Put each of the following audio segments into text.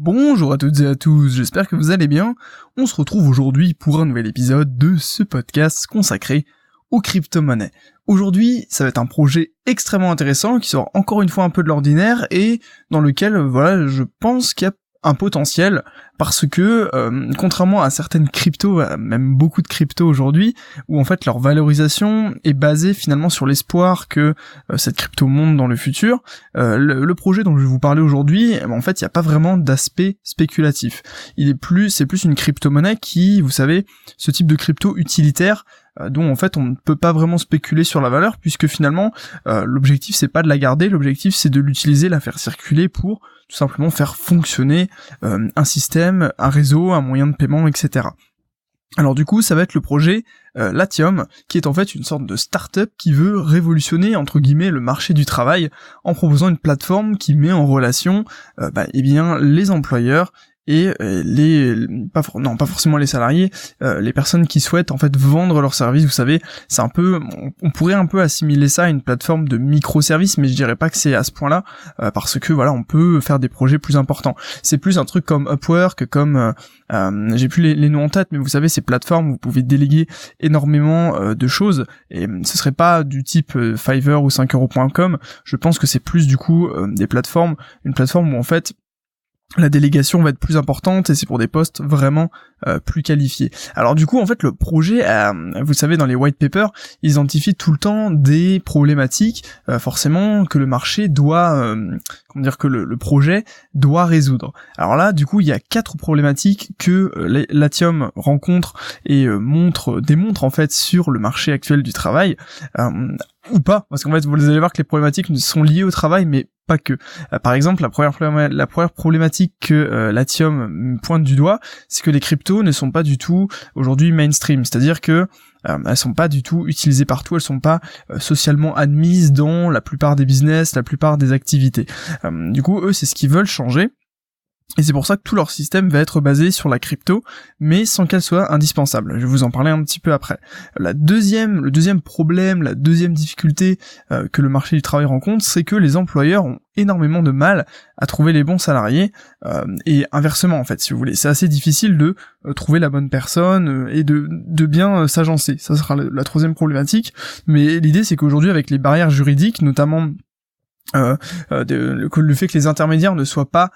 Bonjour à toutes et à tous, j'espère que vous allez bien. On se retrouve aujourd'hui pour un nouvel épisode de ce podcast consacré aux crypto-monnaies. Aujourd'hui, ça va être un projet extrêmement intéressant qui sort encore une fois un peu de l'ordinaire et dans lequel, je pense qu'il y a un potentiel parce que contrairement à certaines cryptos, même beaucoup de cryptos aujourd'hui, où en fait leur valorisation est basée finalement sur l'espoir que cette crypto monte dans le futur, le projet dont je vais vous parler aujourd'hui, en fait il n'y a pas vraiment d'aspect spéculatif. C'est plus une crypto-monnaie qui, vous savez, ce type de crypto utilitaire dont en fait on ne peut pas vraiment spéculer sur la valeur puisque finalement l'objectif c'est pas de la garder, l'objectif c'est de l'utiliser, la faire circuler pour tout simplement faire fonctionner un système, un réseau, un moyen de paiement, etc. Alors du coup ça va être le projet Latium, qui est en fait une sorte de start-up qui veut révolutionner entre guillemets le marché du travail en proposant une plateforme qui met en relation les employeurs et pas forcément les salariés, les personnes qui souhaitent en fait vendre leurs services. Vous savez, c'est un peu, on pourrait un peu assimiler ça à une plateforme de microservices, mais je dirais pas que c'est à ce point-là, parce que on peut faire des projets plus importants. C'est plus un truc comme Upwork, comme j'ai plus les noms en tête, mais vous savez, ces plateformes où vous pouvez déléguer énormément de choses, et ce serait pas du type Fiverr ou 5euros.com. Je pense que c'est plus du coup une plateforme où en fait la délégation va être plus importante et c'est pour des postes vraiment plus qualifiés. Alors du coup en fait le projet, vous savez dans les white papers, ils identifient tout le temps des problématiques forcément que le marché doit, que le projet doit résoudre. Alors là du coup il y a 4 problématiques que Latium rencontre et démontre en fait sur le marché actuel du travail, ou pas, parce qu'en fait vous allez voir que les problématiques sont liées au travail mais pas que. Par exemple, la première problématique que Latium pointe du doigt, c'est que les cryptos ne sont pas du tout aujourd'hui mainstream, c'est-à-dire que elles sont pas du tout utilisées partout, elles sont pas socialement admises dans la plupart des business, la plupart des activités. Du coup, eux, c'est ce qu'ils veulent changer. Et c'est pour ça que tout leur système va être basé sur la crypto, mais sans qu'elle soit indispensable. Je vais vous en parler un petit peu après. Le deuxième problème, la deuxième difficulté que le marché du travail rencontre, c'est que les employeurs ont énormément de mal à trouver les bons salariés, et inversement en fait, si vous voulez. C'est assez difficile de trouver la bonne personne et de bien s'agencer. Ça sera la troisième problématique, mais l'idée c'est qu'aujourd'hui avec les barrières juridiques, notamment le fait que les intermédiaires ne soient pas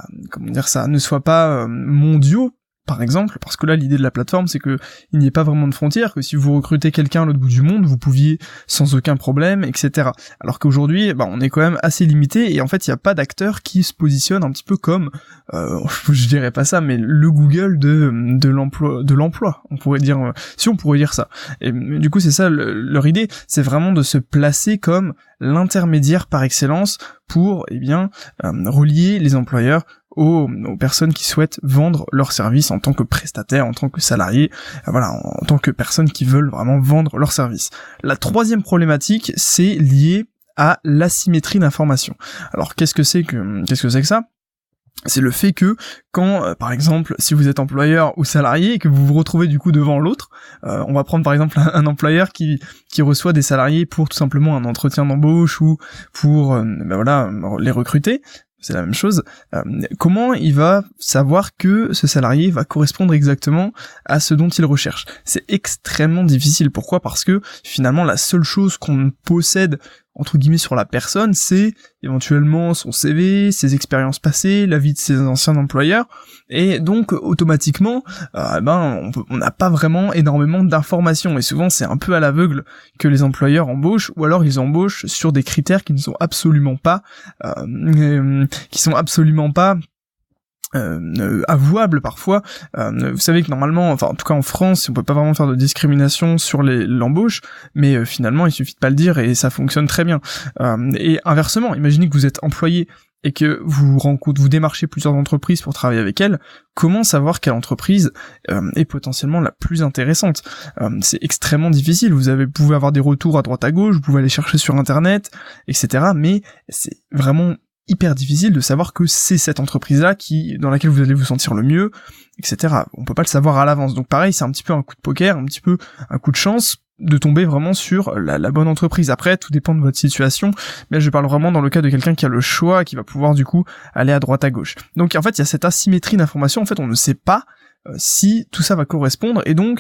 mondiaux, par exemple, parce que là l'idée de la plateforme c'est que il n'y ait pas vraiment de frontières, que si vous recrutez quelqu'un à l'autre bout du monde, vous pouviez sans aucun problème, etc. Alors qu'aujourd'hui, on est quand même assez limité, et en fait il n'y a pas d'acteur qui se positionne un petit peu comme, je dirais pas ça, mais le Google de l'emploi, on pourrait dire ça. Et du coup c'est ça leur idée, c'est vraiment de se placer comme l'intermédiaire par excellence pour relier les employeurs aux personnes qui souhaitent vendre leurs services en tant que prestataires, en tant que salariés, en tant que personnes qui veulent vraiment vendre leurs services. La troisième problématique, c'est lié à l'asymétrie d'information. Alors qu'est-ce que c'est que ça ? C'est le fait que quand, par exemple, si vous êtes employeur ou salarié et que vous vous retrouvez du coup devant l'autre, on va prendre par exemple un employeur qui reçoit des salariés pour tout simplement un entretien d'embauche ou pour les recruter. C'est la même chose. Comment il va savoir que ce salarié va correspondre exactement à ce dont il recherche ? C'est extrêmement difficile. Pourquoi ? Parce que finalement la seule chose qu'on possède entre guillemets sur la personne, c'est éventuellement son CV, ses expériences passées, la vie de ses anciens employeurs, et donc automatiquement, on n'a pas vraiment énormément d'informations, et souvent c'est un peu à l'aveugle que les employeurs embauchent, ou alors ils embauchent sur des critères qui ne sont absolument pas, avouable parfois. Vous savez que normalement, en tout cas en France, on peut pas vraiment faire de discrimination sur l'embauche, mais finalement il suffit de pas le dire et ça fonctionne très bien. Et inversement, imaginez que vous êtes employé et que vous démarchez plusieurs entreprises pour travailler avec elles, comment savoir quelle entreprise est potentiellement la plus intéressante ? C'est extrêmement difficile, vous pouvez avoir des retours à droite à gauche, vous pouvez aller chercher sur internet, etc., mais c'est vraiment hyper difficile de savoir que c'est cette entreprise-là dans laquelle vous allez vous sentir le mieux, etc. On peut pas le savoir à l'avance. Donc pareil, c'est un petit peu un coup de poker, un petit peu un coup de chance, de tomber vraiment sur la bonne entreprise. Après, tout dépend de votre situation, mais je parle vraiment dans le cas de quelqu'un qui a le choix, qui va pouvoir du coup aller à droite à gauche. Donc en fait, il y a cette asymétrie d'information, en fait, on ne sait pas si tout ça va correspondre, et donc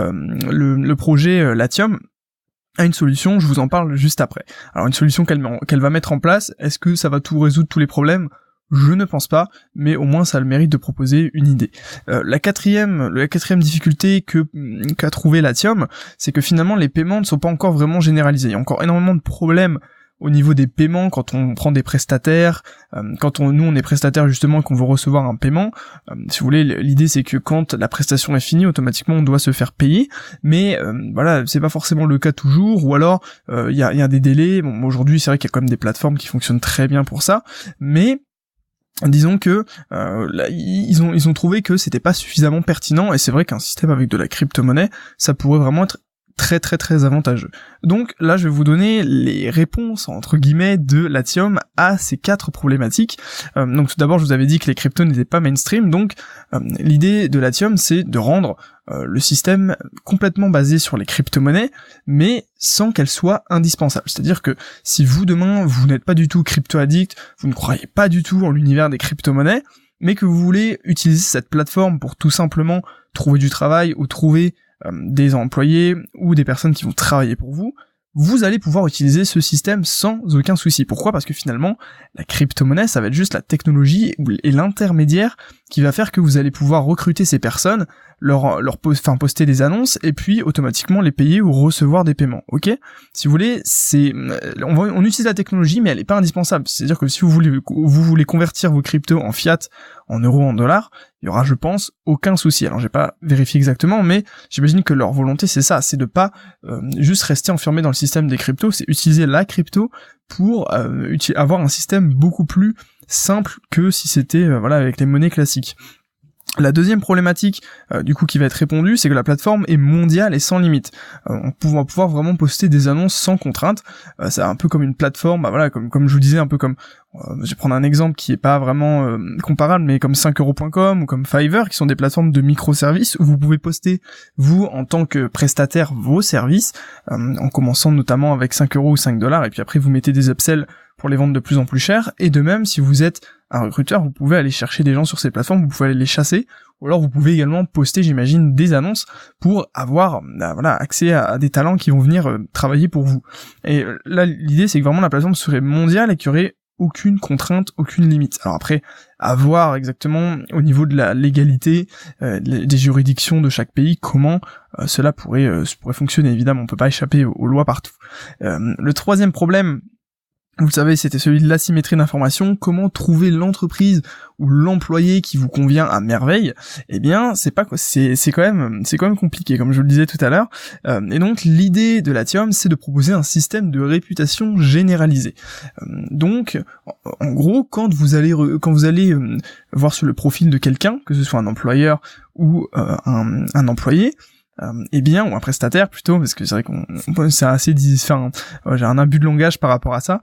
le projet Latium a une solution, je vous en parle juste après. Alors une solution qu'elle va mettre en place, est-ce que ça va tout résoudre tous les problèmes ? Je ne pense pas, mais au moins ça a le mérite de proposer une idée. La quatrième difficulté qu'a trouvé Latium, c'est que finalement les paiements ne sont pas encore vraiment généralisés. Il y a encore énormément de problèmes au niveau des paiements quand on prend des prestataires, quand nous on est prestataire justement et qu'on veut recevoir un paiement. Si vous voulez, l'idée c'est que quand la prestation est finie, automatiquement on doit se faire payer, mais voilà, c'est pas forcément le cas toujours, ou alors il y a des délais. Bon, aujourd'hui c'est vrai qu'il y a quand même des plateformes qui fonctionnent très bien pour ça, mais disons que là, ils ont trouvé que c'était pas suffisamment pertinent, et c'est vrai qu'un système avec de la crypto-monnaie, ça pourrait vraiment être très très très avantageux. Donc là je vais vous donner les réponses entre guillemets de Latium à ces 4 problématiques. Donc tout d'abord je vous avais dit que les cryptos n'étaient pas mainstream, donc l'idée de Latium c'est de rendre le système complètement basé sur les crypto-monnaies, mais sans qu'elles soient indispensables. C'est-à-dire que si vous demain vous n'êtes pas du tout crypto-addict, vous ne croyez pas du tout en l'univers des crypto-monnaies, mais que vous voulez utiliser cette plateforme pour tout simplement trouver du travail ou trouver des employés ou des personnes qui vont travailler pour vous, vous allez pouvoir utiliser ce système sans aucun souci. Pourquoi ? Parce que finalement, la crypto-monnaie, ça va être juste la technologie et l'intermédiaire qui va faire que vous allez pouvoir recruter ces personnes, poster des annonces, et puis automatiquement les payer ou recevoir des paiements, ok ? Si vous voulez, on utilise la technologie, mais elle est pas indispensable. C'est-à-dire que si vous voulez convertir vos cryptos en fiat, en euros, en dollars, il y aura, je pense, aucun souci. Alors j'ai pas vérifié exactement, mais j'imagine que leur volonté c'est ça, c'est de pas juste rester enfermé dans le système des cryptos, c'est utiliser la crypto pour avoir un système beaucoup plus simple que si c'était avec les monnaies classiques. La deuxième problématique du coup qui va être répondue, c'est que la plateforme est mondiale et sans limite. On va pouvoir vraiment poster des annonces sans contrainte. C'est un peu comme une plateforme, comme je vous disais, un peu comme je vais prendre un exemple qui est pas vraiment comparable, mais comme 5euros.com ou comme Fiverr, qui sont des plateformes de microservices où vous pouvez poster vous en tant que prestataire vos services, en commençant notamment avec 5 euros ou 5 $, et puis après vous mettez des upsells pour les vendre de plus en plus cher. Et de même, si vous êtes un recruteur, vous pouvez aller chercher des gens sur ces plateformes, vous pouvez aller les chasser, ou alors vous pouvez également poster, j'imagine, des annonces pour avoir accès à des talents qui vont venir travailler pour vous. Et là, l'idée c'est que vraiment la plateforme serait mondiale et qu'il y aurait aucune contrainte, aucune limite. Alors après, à voir exactement au niveau de la légalité des juridictions de chaque pays, comment cela pourrait fonctionner. Évidemment, on peut pas échapper aux lois partout. Le troisième problème, vous le savez, c'était celui de l'asymétrie d'information. Comment trouver l'entreprise ou l'employé qui vous convient à merveille ? Eh bien, c'est quand même compliqué, comme je vous le disais tout à l'heure. Et donc, l'idée de Latium, c'est de proposer un système de réputation généralisé. Donc, en gros, quand vous allez voir sur le profil de quelqu'un, que ce soit un employeur ou un employé, ou un prestataire plutôt, parce que c'est vrai c'est assez j'ai un abus de langage par rapport à ça,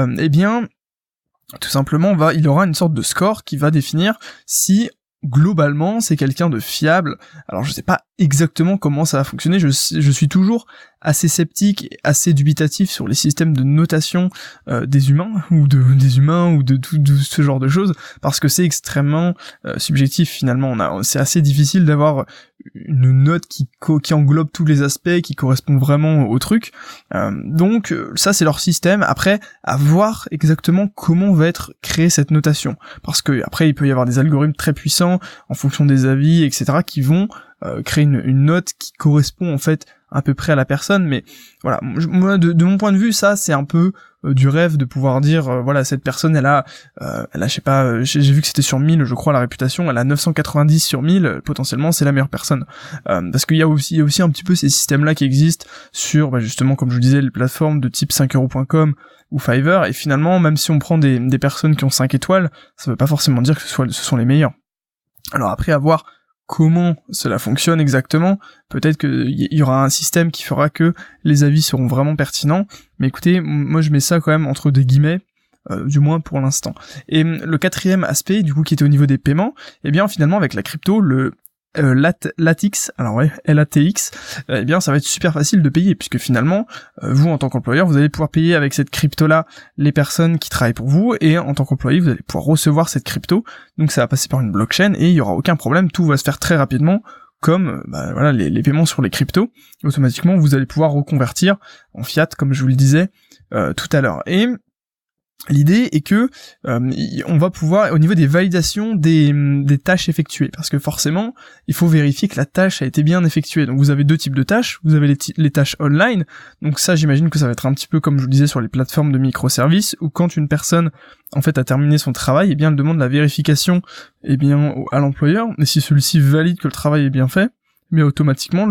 tout simplement il aura une sorte de score qui va définir si globalement c'est quelqu'un de fiable. Alors je sais pas exactement comment ça va fonctionner, je suis toujours assez sceptique et assez dubitatif sur les systèmes de notation des humains ou de tout ce genre de choses, parce que c'est extrêmement subjectif finalement. C'est assez difficile d'avoir une note qui englobe tous les aspects, qui correspond vraiment au truc. Donc ça c'est leur système. Après, à voir exactement comment va être créée cette notation, parce que après il peut y avoir des algorithmes très puissants en fonction des avis, etc., qui vont créer une note qui correspond en fait à peu près à la personne. Mais voilà, moi de mon point de vue, ça c'est un peu du rêve de pouvoir dire cette personne elle a je sais pas, j'ai vu que c'était sur 1000 je crois la réputation, elle a 990 sur 1000, potentiellement c'est la meilleure personne. Parce qu'il y a aussi un petit peu ces systèmes là qui existent sur justement, comme je vous disais, les plateformes de type 5euros.com ou Fiverr, et finalement même si on prend des personnes qui ont 5 étoiles, ça veut pas forcément dire que ce sont les meilleurs. Alors après, à voir comment cela fonctionne exactement, peut-être qu'il y aura un système qui fera que les avis seront vraiment pertinents, mais écoutez, moi je mets ça quand même entre des guillemets, du moins pour l'instant. Et le quatrième aspect, du coup, qui était au niveau des paiements, finalement avec la crypto, LATX, alors ouais, LATX, eh bien ça va être super facile de payer, puisque finalement, vous en tant qu'employeur, vous allez pouvoir payer avec cette crypto-là les personnes qui travaillent pour vous, et en tant qu'employé, vous allez pouvoir recevoir cette crypto, donc ça va passer par une blockchain, et il y aura aucun problème, tout va se faire très rapidement, comme voilà les paiements sur les cryptos. Automatiquement, vous allez pouvoir reconvertir en fiat, comme je vous le disais tout à l'heure. Et l'idée est que on va pouvoir, au niveau des validations des tâches effectuées, parce que forcément, il faut vérifier que la tâche a été bien effectuée. Donc vous avez deux types de tâches, vous avez les tâches online, donc ça j'imagine que ça va être un petit peu comme je vous le disais sur les plateformes de microservices, où quand une personne en fait a terminé son travail, eh bien elle demande la vérification à l'employeur, et si celui-ci valide que le travail est bien fait, mais automatiquement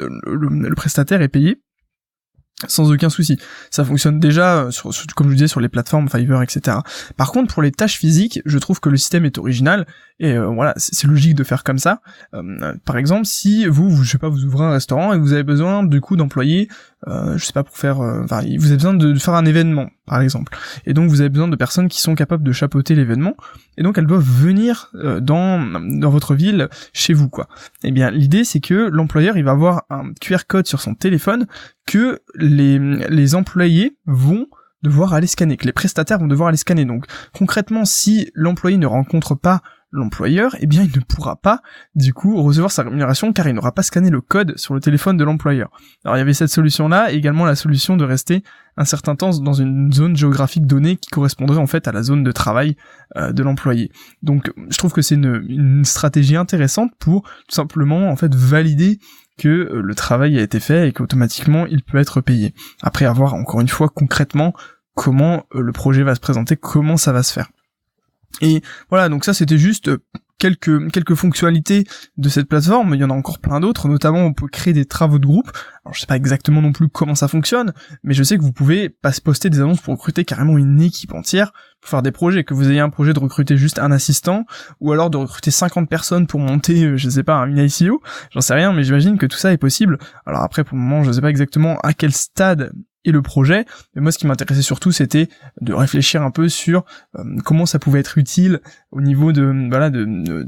le prestataire est payé sans aucun souci. Ça fonctionne déjà, comme je vous disais, sur les plateformes Fiverr, etc. Par contre, pour les tâches physiques, je trouve que le système est original, et voilà, c'est logique de faire comme ça. Par exemple, si vous, je sais pas, vous ouvrez un restaurant et vous avez besoin, du coup, d'employés, je sais pas, pour faire, vous avez besoin de faire un événement, par exemple. Et donc, vous avez besoin de personnes qui sont capables de chapeauter l'événement, et donc elles doivent venir dans votre ville, chez vous, quoi. Eh bien, l'idée, c'est que l'employeur, il va avoir un QR code sur son téléphone que les employés vont devoir aller scanner, que les prestataires vont devoir aller scanner. Donc, concrètement, si l'employé ne rencontre pas l'employeur, eh bien il ne pourra pas du coup recevoir sa rémunération car il n'aura pas scanné le code sur le téléphone de l'employeur. Alors il y avait cette solution-là et également la solution de rester un certain temps dans une zone géographique donnée qui correspondrait en fait à la zone de travail de l'employé. Donc je trouve que c'est une stratégie intéressante pour tout simplement en fait valider que le travail a été fait et qu'automatiquement il peut être payé. Après avoir encore une fois concrètement comment le projet va se présenter, comment ça va se faire. Et voilà, donc ça c'était juste quelques fonctionnalités de cette plateforme, il y en a encore plein d'autres, notamment on peut créer des travaux de groupe. Alors je sais pas exactement non plus comment ça fonctionne, mais je sais que vous pouvez poster des annonces pour recruter carrément une équipe entière pour faire des projets, que vous ayez un projet de recruter juste un assistant, ou alors de recruter 50 personnes pour monter, je sais pas, une ICO, j'en sais rien, mais j'imagine que tout ça est possible. Alors après pour le moment je sais pas exactement à quel stade et le projet, mais moi ce qui m'intéressait surtout c'était de réfléchir un peu sur comment ça pouvait être utile au niveau de voilà du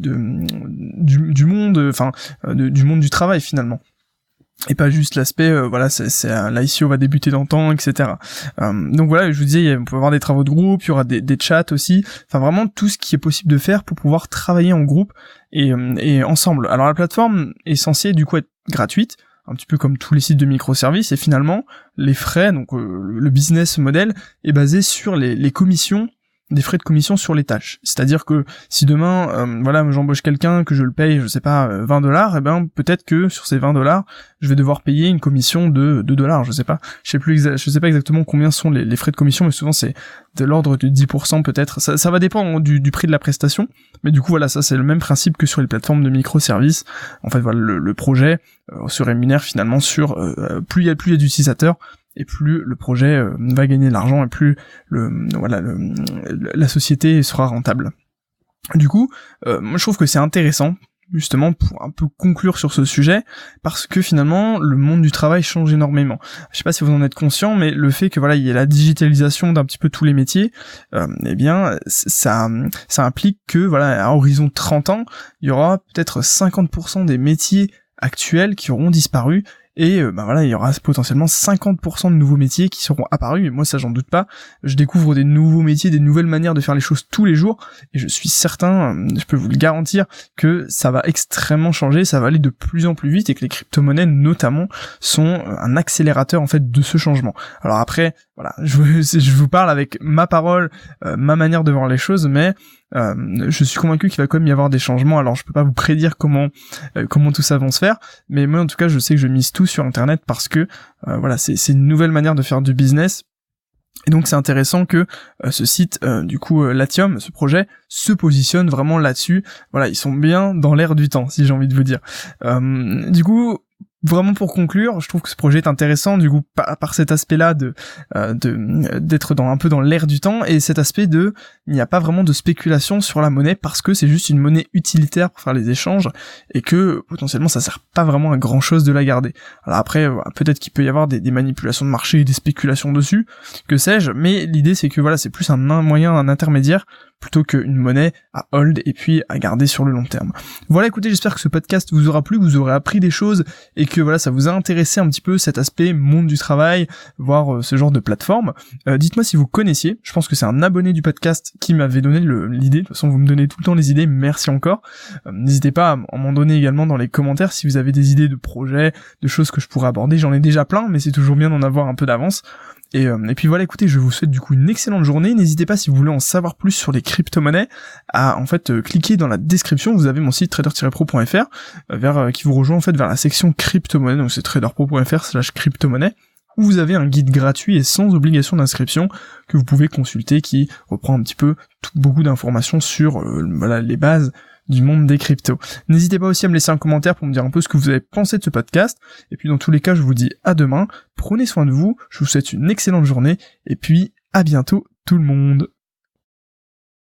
monde, enfin du monde du travail finalement. Et pas juste l'aspect voilà c'est l'ICO va débuter dans le temps, etc. Donc voilà, je vous disais on peut avoir des travaux de groupe, il y aura des chats aussi, enfin vraiment tout ce qui est possible de faire pour pouvoir travailler en groupe et ensemble. Alors la plateforme est censée du coup être gratuite, un petit peu comme tous les sites de microservices, et finalement les frais, donc le business model est basé sur les commissions, des frais de commission sur les tâches. C'est-à-dire que si demain voilà j'embauche quelqu'un que je le paye je sais pas $20, et ben peut-être que sur ces $20 je vais devoir payer une commission de $2, je sais pas pas exactement combien sont les frais de commission, mais souvent c'est de l'ordre de 10% peut-être, ça va dépendre du prix de la prestation, mais du coup voilà, ça c'est le même principe que sur les plateformes de microservices. En fait voilà, le projet se rémunère finalement sur plus il y a d'utilisateurs et plus le projet va gagner de l'argent et plus la société sera rentable. Du coup, moi je trouve que c'est intéressant justement pour un peu conclure sur ce sujet, parce que finalement le monde du travail change énormément. Je sais pas si vous en êtes conscient, mais le fait que voilà il y ait la digitalisation d'un petit peu tous les métiers, eh bien ça implique que voilà à horizon 30 ans, il y aura peut-être 50% des métiers actuels qui auront disparu. Et voilà, il y aura potentiellement 50% de nouveaux métiers qui seront apparus, et moi ça j'en doute pas. Je découvre des nouveaux métiers, des nouvelles manières de faire les choses tous les jours, et je suis certain, je peux vous le garantir, que ça va extrêmement changer, ça va aller de plus en plus vite, et que les crypto-monnaies notamment sont un accélérateur en fait de ce changement. Alors après, voilà, je vous parle avec ma parole, ma manière de voir les choses, mais je suis convaincu qu'il va quand même y avoir des changements. Alors je peux pas vous prédire comment tout ça va se faire, mais moi en tout cas je sais que je mise tout sur internet parce que voilà c'est une nouvelle manière de faire du business. Et donc c'est intéressant que ce site, du coup Latium, ce projet, se positionne vraiment là-dessus. Voilà, ils sont bien dans l'air du temps, si j'ai envie de vous dire. Du coup, vraiment pour conclure, je trouve que ce projet est intéressant du coup par cet aspect-là d'être un peu dans l'air du temps, et cet aspect il n'y a pas vraiment de spéculation sur la monnaie parce que c'est juste une monnaie utilitaire pour faire les échanges et que potentiellement ça sert pas vraiment à grand chose de la garder. Alors après peut-être qu'il peut y avoir des manipulations de marché et des spéculations dessus, que sais-je, mais l'idée c'est que voilà c'est plus un moyen, un intermédiaire plutôt qu'une monnaie à hold et puis à garder sur le long terme. Voilà, écoutez, j'espère que ce podcast vous aura plu, vous aurez appris des choses et que voilà, ça vous a intéressé un petit peu cet aspect monde du travail, voir ce genre de plateforme. Dites-moi si vous connaissiez, je pense que c'est un abonné du podcast qui m'avait donné l'idée, de toute façon vous me donnez tout le temps les idées, merci encore. N'hésitez pas à m'en donner également dans les commentaires si vous avez des idées de projets, de choses que je pourrais aborder, j'en ai déjà plein, mais c'est toujours bien d'en avoir un peu d'avance. Et puis voilà, écoutez, je vous souhaite du coup une excellente journée. N'hésitez pas, si vous voulez en savoir plus sur les crypto-monnaies, à en fait cliquer dans la description. Vous avez mon site trader-pro.fr qui vous rejoint en fait vers la section crypto-monnaie. Donc c'est traderpro.fr/crypto-monnaie, où vous avez un guide gratuit et sans obligation d'inscription que vous pouvez consulter, qui reprend un petit peu beaucoup d'informations sur voilà les bases du monde des cryptos. N'hésitez pas aussi à me laisser un commentaire pour me dire un peu ce que vous avez pensé de ce podcast. Et puis dans tous les cas, je vous dis à demain. Prenez soin de vous. Je vous souhaite une excellente journée. Et puis à bientôt tout le monde.